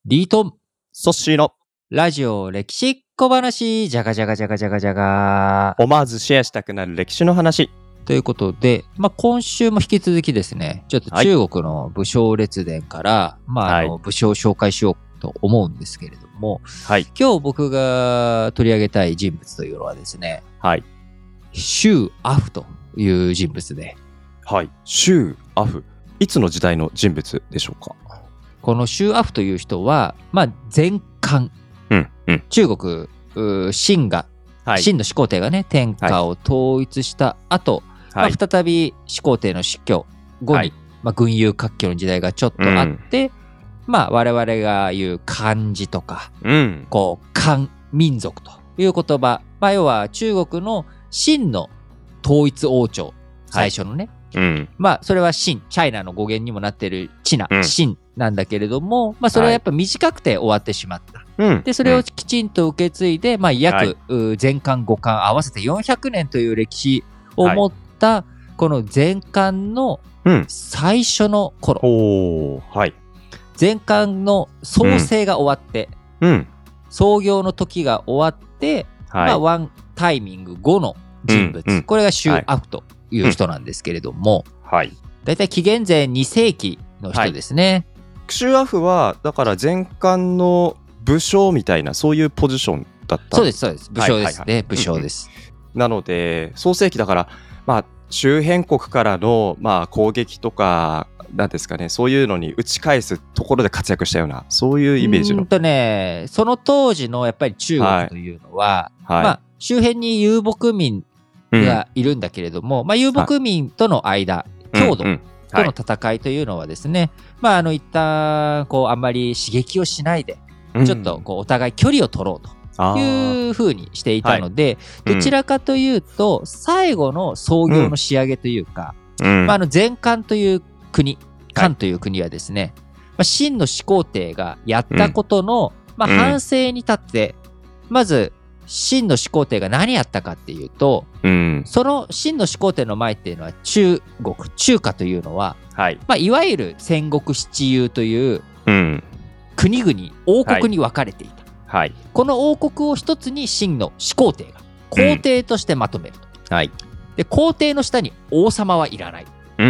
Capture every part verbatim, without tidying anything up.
リートン、 ソッシーのラジオ歴史小話、じゃがじゃがじゃがじゃがじゃが。 思わずシェアしたくなる歴史の話。 ということで、まあ、今週も引き続きですね、ちょっと中国の武将列伝から、はい、まあ、あの、武将を紹介しようと思うんですけれども、はい、今日僕が取り上げたい人物というのはですね、はい、周阿父という人物で、 はい、周阿父。いつの時代の人物でしょうか。 この周阿父という人は、まあ、前漢、うんうん、中国秦が、はい、秦の始皇帝がね天下を統一した後、はい、まあ、再び始皇帝の死去後に、はい、まあ、軍友割拠の時代がちょっとあって、うん、まあ、我々が言う漢字とか、うん、こう漢民族という言葉、まあ、要は中国の秦の統一王朝、最初のね、はい、うん、まあそれは秦、チャイナの語源にもなっているチナ、秦なんだけれども、まあそれはやっぱ短くて終わってしまった。はい、でそれをきちんと受け継いで、まあ約、はい、前漢後漢合わせてよんひゃくねんという歴史を持ったこの前漢の最初の頃、うん、はい、前漢の創世が終わって、うん、創業の時が終わって、はい、まあワンタイミング後の人物、うんうん、これが周阿父という人なんですけれども、はい、だいたい紀元前に世紀の人ですね。 はい、周阿父はだから前漢の武将みたいなそういうポジションだった。 そうですそうです、武将ですね、はいはいはい、武将です、 うん、なので創世紀だからまあ周辺国からのまあ攻撃とかなんですかね、そういうのに打ち返すところで活躍したようなそういうイメージの。 うんとね、その当時のやっぱり中国というのは、はいはい、まあ周辺に遊牧民がいるんだけれども、うん、まあ遊牧民との間、郷土との戦いというのはですね、はい、まああの一旦こうあんまり刺激をしないで、うん、ちょっとこうお互い距離を取ろうというふうにしていたので、はい、どちらかというと、うん、最後の創業の仕上げというか、うん、まあ、あの前漢という国、漢という国はですね、はい、まあ、秦の始皇帝がやったことの、うん、まあ、反省に立って、まず秦の始皇帝が何やったかっていうと、うん、その秦の始皇帝の前っていうのは中国、中華というのは、はい、まあ、いわゆる戦国七雄という、うん、国々、王国に分かれていた。はいはい、この王国を一つに秦の始皇帝が皇帝としてまとめると。うん、はい、で皇帝の下に王様はいらない。うん、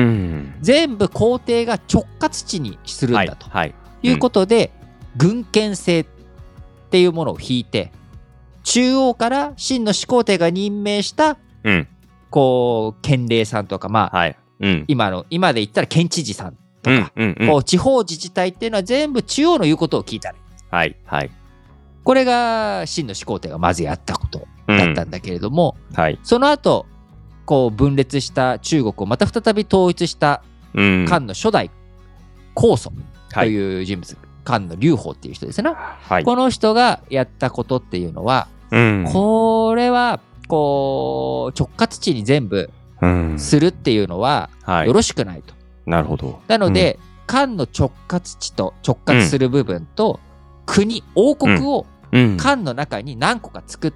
全部皇帝が直轄地にするんだと、はいはい、いうことで、うん、軍権制っていうものを引いて、中央から秦の始皇帝が任命した、うん、こう県令さんとか、まあ、はい、うん、今の今で言ったら県知事さんとか、うんうんうん、こう地方自治体っていうのは全部中央の言うことを聞いたね。はいはい。これが秦の始皇帝がまずやったことだったんだけれども、うん、はい、その後こう分裂した中国をまた再び統一した漢の初代高祖という人物、はい、漢の劉邦っていう人ですね、はい、この人がやったことっていうのは、うん、これはこう直轄地に全部するっていうのはよろしくないと、はい、なるほど。なので、うん、漢の直轄地と直轄する部分と、うん、国王国を漢の中に何個か作って、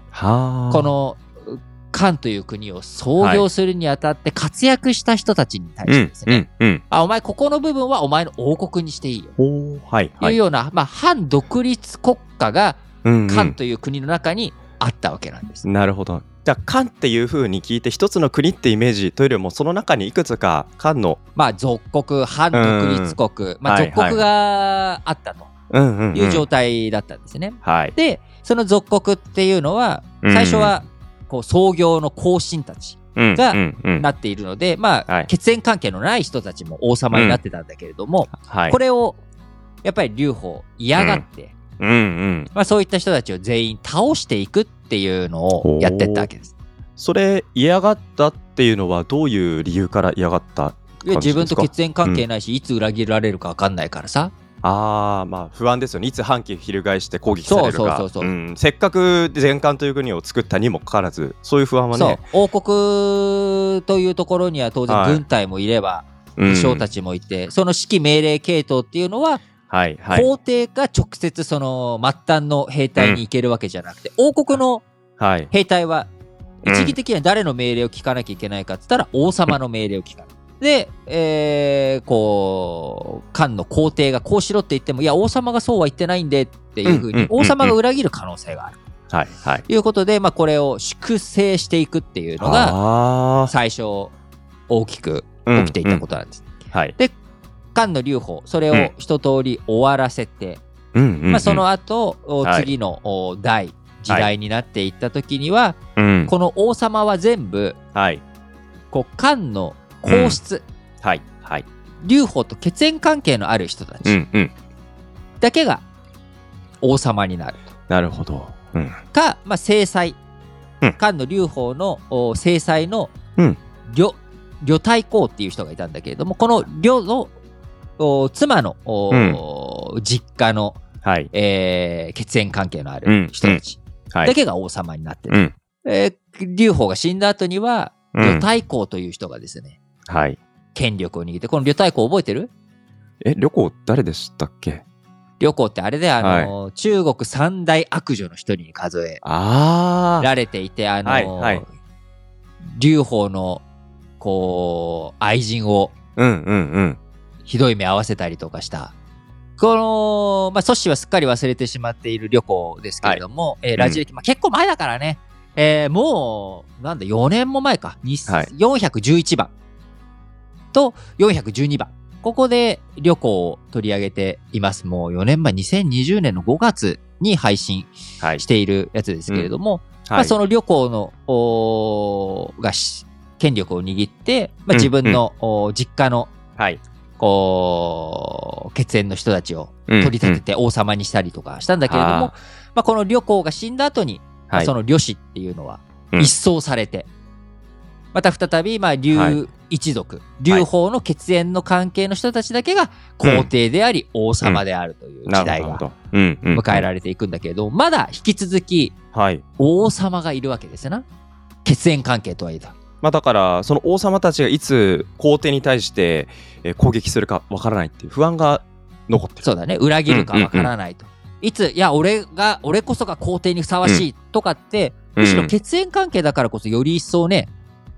うん、この漢という国を創業するにあたって活躍した人たちに対してですね、うんうんうん、あお前ここの部分はお前の王国にしていいよというような、まあ、反独立国家が漢という国の中にあったわけなんです、 うんうん、なるほど。じゃあ漢っていう風に聞いて一つの国ってイメージというよりもその中にいくつか漢のまあ属国、反独立国、まあ、属国があったという状態だったんですね、はい、でその属国っていうのは最初はこう創業の後進たちがなっているので、まあ血縁関係のない人たちも王様になってたんだけれども、これをやっぱり劉邦嫌がって、うんうん、まあ、そういった人たちを全員倒していくっていうのをやってったわけです。 それ嫌がったっていうのはどういう理由から嫌がった感じですか？ 自分と血縁関係ないし、うん、いつ裏切られるか分かんないからさ。 あまあ不安ですよね。いつ反旗翻して攻撃されるか。そうそうそうそう、うん、せっかく前漢という国を作ったにもかかわらずそういう不安はね。 そう王国というところには当然軍隊もいれば、はい、武将たちもいて、うん、その指揮命令系統っていうのは、はいはい、皇帝が直接その末端の兵隊に行けるわけじゃなくて、うん、王国の兵隊は一義的には誰の命令を聞かなきゃいけないかって言ったら王様の命令を聞かない、 で、えー、こう、漢の皇帝がこうしろって言っても、いや、王様がそうは言ってないんでっていうふうに、王様が裏切る可能性がある。 はい、はい。 ということで、まあ、これを粛清していくっていうのが、最初、大きく起きていたことなんです。 うんうん、はい。 で、漢の劉邦、それを一通り終わらせて、うんうんうん、まあ、その後、はい、次の代、時代になっていった時には、はい、この王様は全部、はい、こう漢の皇室、うん、はいはい、劉邦と血縁関係のある人たちだけが王様になると。 なるほど。うん、 か、まあ、正妻、うん、漢の劉邦の正妻の呂呂太后っていう人がいたんだけれども、この呂の妻の、うん、実家の、はいえー、血縁関係のある人たちだけが王様になってる。うんえー、劉邦が死んだ後には呂太后という人がですね、うんはい、権力を握って、この呂太后覚えてる？ え、呂公誰でしたっけ？ 呂公ってあれで、あの、はい、中国三大悪女の一人に数えられていて、あの、はいはい、劉邦の、こう、愛人を、うんうんうん、ひどい目合わせたりとかした。この、まあ、祖師はすっかり忘れてしまっている呂公ですけれども、はいえー、ラジ歴、うんまあ、結構前だからね、えー、もう、なんだ、よねんも前か、はい、よんひゃくじゅういちばんとよんひゃくじゅうにばん。ここで呂公を取り上げています。もうよねんまえ、にせんにじゅうねんのごがつに配信しているやつですけれども、はいうんはいまあ、その呂公のが権力を握って、まあ、自分の、うんうん、実家の、はい、こう血縁の人たちを取り立てて王様にしたりとかしたんだけれども、うんうんまあ、この呂公が死んだ後に、はい、その呂氏っていうのは一掃されて、うんまた再び、まあ、劉一族、はい、劉邦の血縁の関係の人たちだけが皇帝であり、うん、王様であるという時代が迎えられていくんだけれど、まだ引き続き、王様がいるわけですよな。血縁関係とはいえだ。 まあ、だから、その王様たちがいつ皇帝に対して攻撃するかわからないっていう不安が残ってる。 そうだね。裏切るかわからないと。うんうんうん、いつ、いや、俺が、俺こそが皇帝にふさわしいとかって、うん、むしろ血縁関係だからこそより一層ね、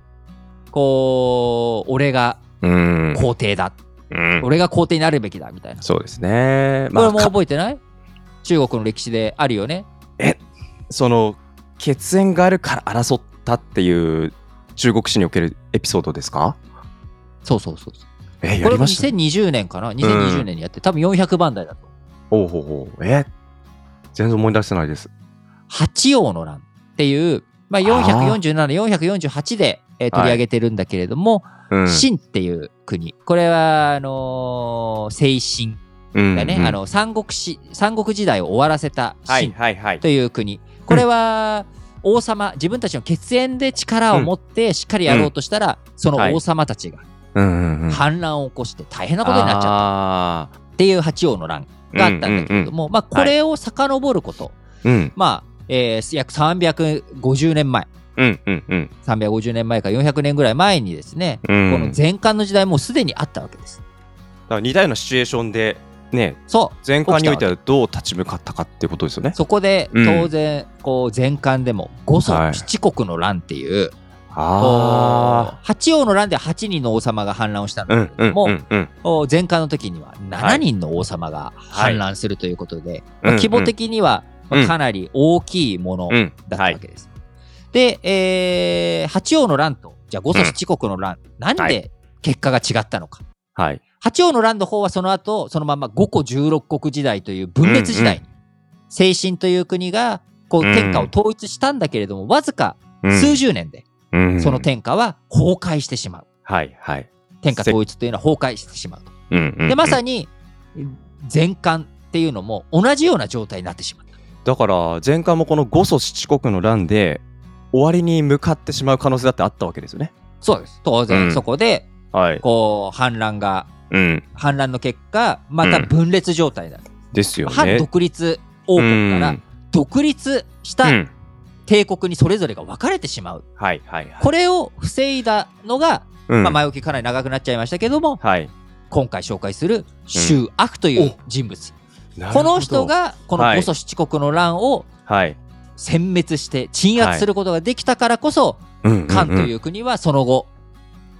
こう俺が皇帝だ、うん、俺が皇帝になるべきだみたいな。 そうですね。 まあ、これも覚えてない？中国の歴史であるよね。 え、その血縁があるから争ったっていう中国史におけるエピソードですか？ そうそうそうそう。 え、やりました。 これもにせんにじゅうねんかな？にせんにじゅうねんにやって、うん、多分よんひゃくばんだいだと。 おうほうほう。え、全然思い出してないです。 八王の乱っていう、まあ、よんひゃくよんじゅうなな、よんひゃくよんじゅうはちでえー、取り上げてるんだけれども、はいうん、秦っていう国、これはあのー、西秦だね、うんうん、あの三国史三国時代を終わらせた秦という国、はいはいはい、これは王様、自分たちの血縁で力を持ってしっかりやろうとしたら、うん、その王様たちが反乱を起こして大変なことになっちゃったっていう八王の乱があったんだけれども、うんうんうん、まあ、これを遡ること、はい、まあ、えー、約さんびゃくごじゅうねんまえうんうんうん、さんびゃくごじゅうねんまえからよんひゃくねんぐらい前にですね、うん、この前漢の時代もうすでにあったわけです。 だから似たようなシチュエーションでね、そう前漢においてはどう立ち向かったかっていうことですよね。 そこで当然、うん、こう前漢でも五祖七国の乱っていう、はい、八王の乱ではちにんの王様が反乱をしたんだけれども、うんうんうんうん、前漢の時にはななにんの王様が反乱するということで、はいまあ、規模的にはかなり大きいものだったわけです。うんうんはいで、えー、八王の乱と、じゃあ五祖七国の乱、うん、なんで結果が違ったのか。はい。八王の乱の方はその後、そのまま五胡十六国時代という分裂時代に、うんうん、西秦という国が、こう、天下を統一したんだけれども、わずか数十年で、うん、その天下は崩壊してしまう。はいはい。天下統一というのは崩壊してしまうと。うんうんうん、で、まさに、前漢っていうのも同じような状態になってしまった。 だから、前漢もこの五祖七国の乱で、終わりに向かってしまう可能性だってあったわけですよね。 そうです。当然、うん、そこで、はい、こう、反乱が、うん、反乱の結果、また分裂状態になる。うん、 ですよね。 反独立王国から、独立した帝国にそれぞれが分かれてしまう。うん、はいはいはい。これを防いだのが、うん、まあ、前置きかなり長くなっちゃいましたけども、はい、今回紹介する周悪という人物。うん、この人が、この五祖七国の乱を、はい、殲滅して鎮圧することができたからこそ、はい、漢という国はその後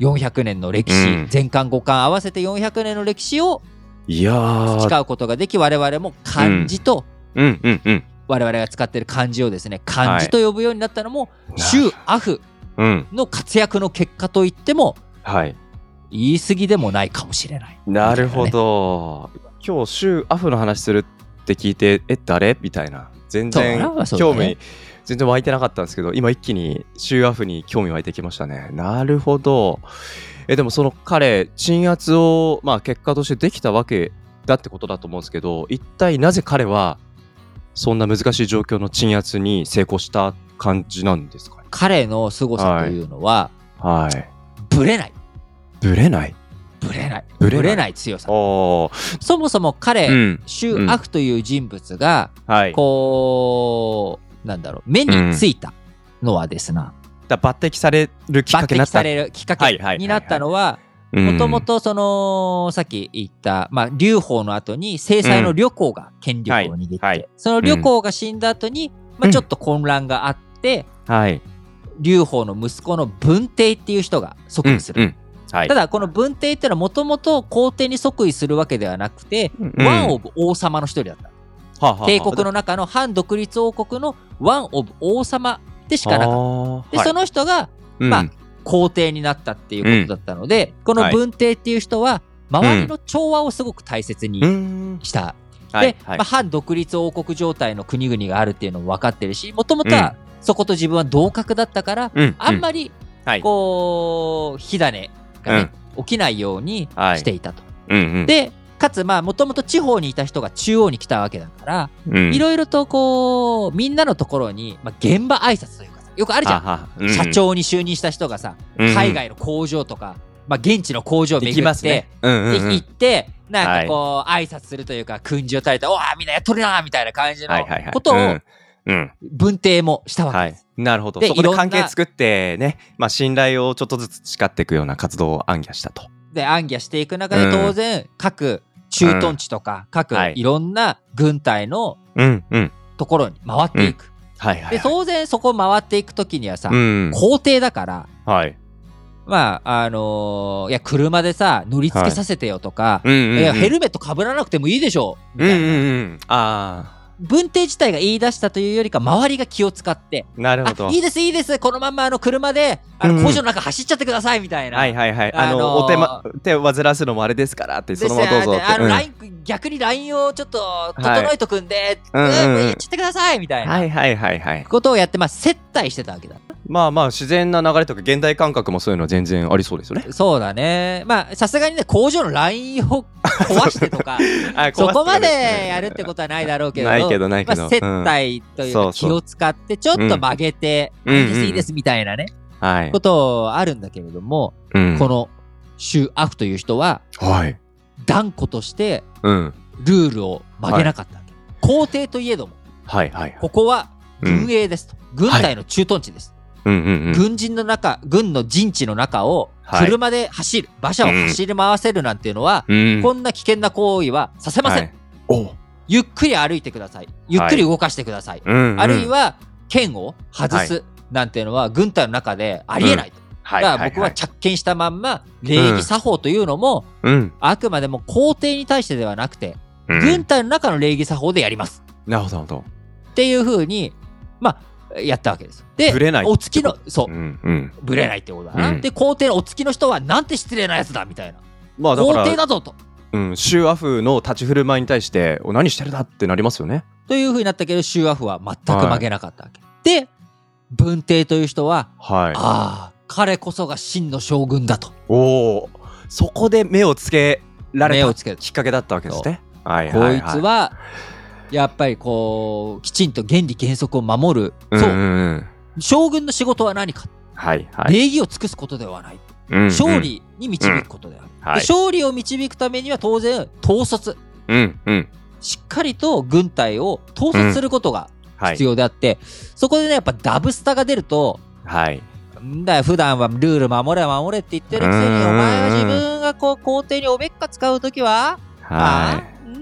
よんひゃくねんの歴史、うん、前漢後漢合わせてよんひゃくねんの歴史をいや使うことができ、我々も漢字と、 うんうんうんうん、 我々が使っている漢字をですね、漢字と呼ぶようになったのも、周阿父の活躍の結果といっても、 はい、 言い過ぎでもないかもしれない、 ね。なるほど。今日周阿父の話するって聞いて、え、誰みたいな。全然興味、ね、全然湧いてなかったんですけど、今一気に周阿父に興味湧いてきましたね。なるほど。え、でもその彼、鎮圧を、まあ、結果としてできたわけだってことだと思うんですけど、一体なぜ彼はそんな難しい状況の鎮圧に成功した感じなんですかね。 彼の凄さというのは、 はい、はい、 ブレない。 ブレないブレない。ブレない強さ。そもそも彼、うん、周阿父という人物が、うん、こう、なんだろう、目についたのはですな、 うん、だ抜擢されるきっかけになった。 抜擢されるきっかけになったのは、もともとその、さっき言った、まあ、劉邦の後に、正妻の呂公が権力を握って、うんはいはい、その呂公が死んだ後に、まあ、ちょっと混乱があって、 うんはい、 劉邦の息子の文帝っていう人が即位する。うんうんはい、ただこの文帝っていうのはもともと皇帝に即位するわけではなくて、うん、ワンオブ王様の一人だった、はあはあ、帝国の中の反独立王国のワンオブ王様でしかなかった。で、はい、その人が、まあ、うん、皇帝になったっていうことだったので、うん、この文帝っていう人は周りの調和をすごく大切にした、うん、で、はいはい、まあ、反独立王国状態の国々があるっていうのも分かってるし、もともとはそこと自分は同格だったから、うん、あんまりこう、火種がね、うん、起きないようにしていたと。はいうんうん、で、かつまあもともと地方にいた人が中央に来たわけだから、いろいろとこうみんなのところに、まあ、現場挨拶というかさ、よくあるじゃん、ははうん、社長に就任した人がさ、うん、海外の工場とか、まあ、現地の工場を巡って、ねうんうんうん、行ってなんかこう、はい、挨拶するというか訓示を垂れて、おーみんなやっとるなーみたいな感じのことを、はいはいはいうん、文帝もしたわけです。 はい、なるほど。そこで関係作ってね、まあ、信頼をちょっとずつ誓っていくような活動を暗記したと。 で、暗記していく中で当然、うん、各駐屯地とか、うん、各いろんな軍隊のところに回っていく。で、当然そこ回っていくときにはさ、うん、皇帝だから、はい、まあ、あのー、いや、車でさ、乗り付けさせてよとか、はいうんうんうん、いや、ヘルメット被らなくてもいいでしょみたいな。うんうんうん、あー。文帝自体が言い出したというよりか、周りが気を使って、 なるほど。 いいですいいです、このままあの車であの工場の中走っちゃってくださいみたいな、うん、 はいはいはい、あの、あのー、お手間手を煩わすのもあれですからって、そのままどうぞって、 あの、うん、ライン逆にラインをちょっと整えとくんで、はい、うんうんうん、やっちゃってくださいみたいな、はいはいはいはい、ことをやって、まあ接待してたわけだ。 まあまあ自然な流れとか現代感覚もそういうのは全然ありそうですよね。 そうだね。まあさすがにね、工場のラインを壊してとかそこまでやるってことはないだろうけど、 ないけどないけど、 まあ、接待というか気を使ってちょっと曲げて、うん、いいですいいですみたいなね、うんうん、ことあるんだけれども、うん、この周阿父という人は、はい、断固としてルールを曲げなかったわけ、はい、皇帝といえども、はいはいはい、ここは軍営ですと、うん、軍隊の駐屯地です、はいうんうんうん、軍人の中、軍の陣地の中を車で走る、はい、馬車を走り回せるなんていうのは、うん、こんな危険な行為はさせません、はい、おゆっくり歩いてください、ゆっくり動かしてください、はい、あるいは剣を外すなんていうのは軍隊の中でありえないと、うん、だから僕は着剣したまんま礼儀作法というのも、うん、あくまでも皇帝に対してではなくて、うん、軍隊の中の礼儀作法でやります、 なるほどなるほどっていうふうにまあやったわけです。で、 ブレないお付きの、そう、うんうん、ブレないってことだな、うん。で、皇帝のお付きの人はなんて失礼なやつだみたいな。まあだから皇帝だぞと。 うん、周阿父の立ち振る舞いに対して、お何してるだってなりますよね。 というふうになったけど、周阿父は全く曲げなかったわけ。はい、で、文帝という人は、はい、ああ、彼こそが真の将軍だと。 おお、そこで目をつけられたきっかけだったわけですね。はいはいはい、 こいつは、やっぱりこうきちんと原理原則を守る、そう、うんうんうん、将軍の仕事は何か、はいはい、礼儀を尽くすことではない、うんうん、勝利に導くことである、うんはい、で勝利を導くためには当然統率、うんうん、しっかりと軍隊を統率することが必要であって、うんはい、そこでねやっぱダブスタが出ると、はい、んだよ普段はルール守れ守れって言ってるくせに、お前は自分がこう皇帝におべっか使うときは、はい、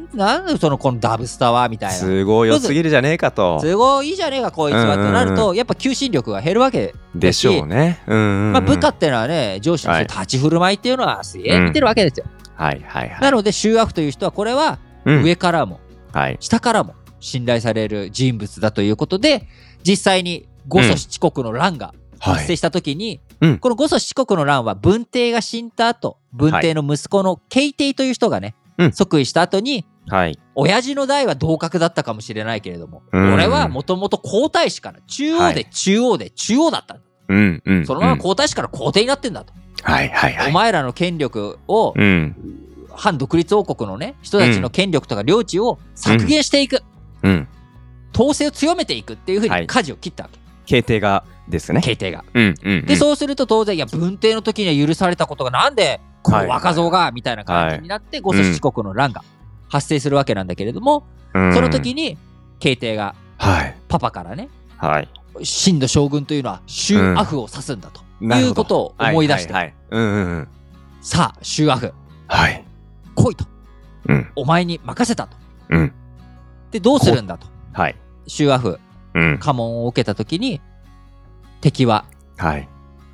なんでそのこのダブスターはみたいな、 すごい良すぎるじゃねえかと、 すごいいいじゃねえかこいつはとなると、やっぱ求心力が減るわけでしょうね。うんうんうん、 まあ、部下っていうのはね、上司として立ち振る舞いっていうのはすげえ見てるわけですよ、 うん、はいはいはい。 なのでシューアフという人はこれは上からも、 うん、はい、 下からも信頼される人物だということで、実際に五祖七国の乱が発生した時に、うん、この五祖七国の乱は文帝が死んだ後、文帝の息子の慶帝という人がね、はい、即位した後に、はい、親父の代は同格だったかもしれないけれども、うん、俺はもともと皇太子から中央で中央で中央だったんだ、うんうん、そのまま皇太子から皇帝になってんだと、はいはいはい、お前らの権力を、うん、反独立王国のね人たちの権力とか領地を削減していく、うんうん、統制を強めていくっていうふうに舵を切ったわけ、はい、 慶帝がですね。 慶帝が、うんうんうん、でそうすると当然いや文帝の時には許されたことがなんでこの若造がみたいな感じになって五祖七国の乱が発生するわけなんだけれども、うん、その時に慶帝がパパからね、はい、秦の将軍というのはシューアフを指すんだということを思い出して、さあシューアフ、はい、来いと、うん、お前に任せたと、うん、でどうするんだと、はい、シューアフ、うん、家紋を受けた時に敵は、はい、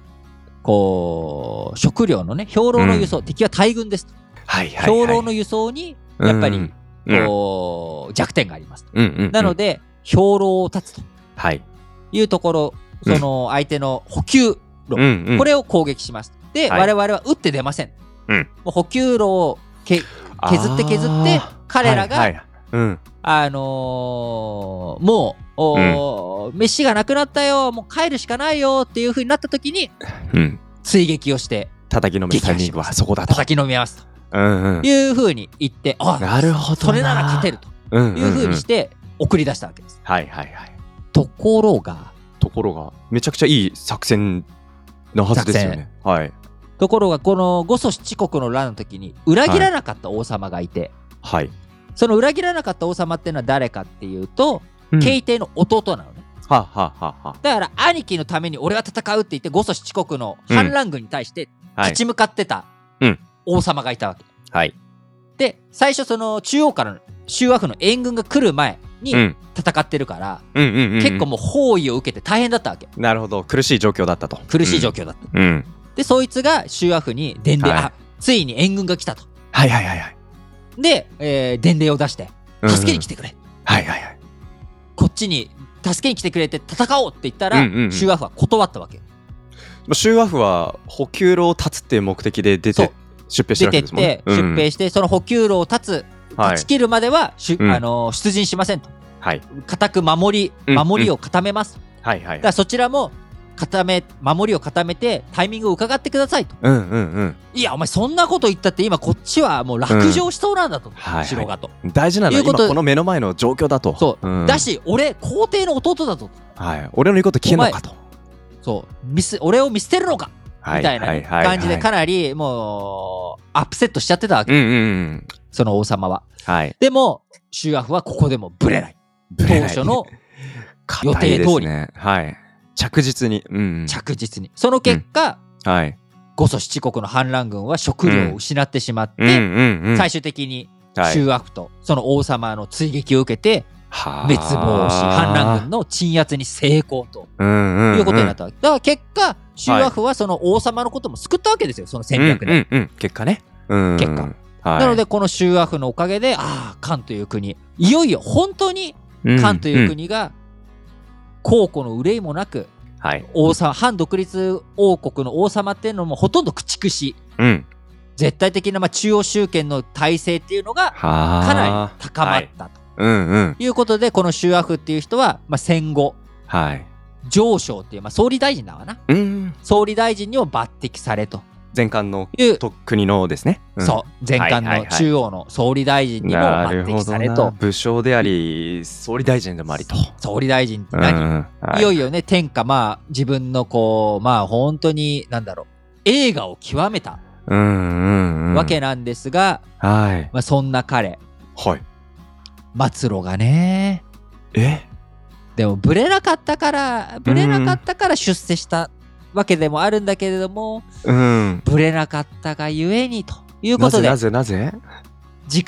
こう食料のね兵糧の輸送、うん、敵は大軍ですと、はいはいはい、兵糧の輸送にやっぱり、うん、こう弱点がありますと、うんうんうん、なので兵糧を断つと、はい、いうところ、その相手の補給路、うんうん、これを攻撃します。で、はい、我々は撃って出ません、うん、もう補給路をけ削って削って彼らが、はいはい、うん、あのー、もうお、うん、飯がなくなったよ、もう帰るしかないよっていう風になった時に、うん、追撃をして叩きのめすタイミングはそこだと叩きのめますと、うんうん、いう風に言って、あ、 なるほどな、 それなら勝てるという風にして送り出したわけです、うんうんうん、はいはいはい。ところがところがめちゃくちゃいい作戦のはずですよね。はい。 ところがこの五祖七国の乱の時に裏切らなかった王様がいて、はい、その裏切らなかった王様っていうのは誰かっていうと、うん、慶帝の弟なのね。はあはあはあ、だから兄貴のために俺は戦うって言って五祖七国の反乱軍に対して立ち向かってた王様がいたわけ、うん、はい。で最初その中央からシューアフの援軍が来る前に戦ってるから、うんうんうんうん、結構もう包囲を受けて大変だったわけ。 なるほど、苦しい状況だったと。 苦しい状況だった、うんうん、でそいつがシューアフに伝令、はい、あついに援軍が来たと、はいはいはいはい、で、えー、伝令を出して助けに来てくれ、うんうん、はいはいはい、こっちに助けに来てくれて戦おうって言ったら、うんうんうん、シューアフは断ったわけ。 シューアフは補給路を断つっていう目的で出て出兵してるわけですもんね。 出てって、うんうん、出兵してその補給路を断つ断ち切るまでは、はい、あのー、出陣しませんと、はい、固く守り守りを固めます、うんうん、はいはいはい、だからそちらも固め守りを固めてタイミングを伺ってくださいと、うんうんうん、いやお前そんなこと言ったって今こっちはもう落城しそうなんだと、うん、城がと、 はいはい、大事なのは今この目の前の状況だと。 そう、うん、だし俺皇帝の弟だと、 はい、俺の言うこと聞けんのかと、 そう見せ俺を見捨てるのかみたいな感じでかなりもうアップセットしちゃってたわけ、うんうんうん、その王様は、はい、でもシューアフはここでもブレない、当初の予定通り、 ね、はい、着実に、うんうん、 着実にその結果、うん、はい、五祖七国の反乱軍は食料を失ってしまって、うんうんうんうん、最終的にシューアフとその王様の追撃を受けて滅亡し反乱軍の鎮圧に成功ということになったわけ、うんうんうん、だから結果シューアフはその王様のことも救ったわけですよ、その戦略で、うんうんうん、 結果ね、 うん、結果、はい、なのでこのシューアフのおかげで、ああ漢という国、いよいよ本当に漢という国が後顧の憂いもなく、はい、王様反独立王国の王様っていうのもほとんど駆逐し、うん、絶対的なまあ中央集権の体制っていうのがかなり高まったと、はい、うんうん、いうことでこのシューアフっていう人は、まあ、戦後、はい、上将っていう、まあ、総理大臣だわな、うん、総理大臣にも抜擢されと、 前漢の国のですね、 うん、そう前漢の中央の総理大臣にも抜擢されと、はいはいはい、 武将であり総理大臣でもありと、 総理大臣って何、うんはい、いよいよね天下、まあ自分のこうまあ本当になんだろう映画を極めたわけなんですが、うんうんうん、はい、まあ、そんな彼、はい、末路がね、えでもブレなかったからブレなかったから出世したわけでもあるんだけれども、うん、ブレなかったがゆえにということで、 なぜなぜなぜ次回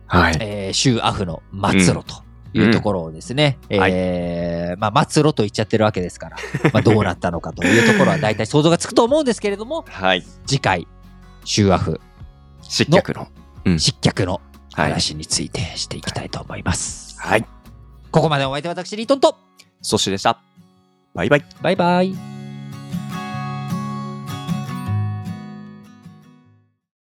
はい、 えー、州アフの末路というところをですね、うん、えーはい、まあ末路と言っちゃってるわけですから、まあどうなったのかというところは大体想像がつくと思うんですけれども、 はい、 次回州アフ失脚の、 うん、失脚の話についてしていきたいと思います。 はい。 ここまでお相手は私リートンとソシでした。バイバイ。 バイバイ。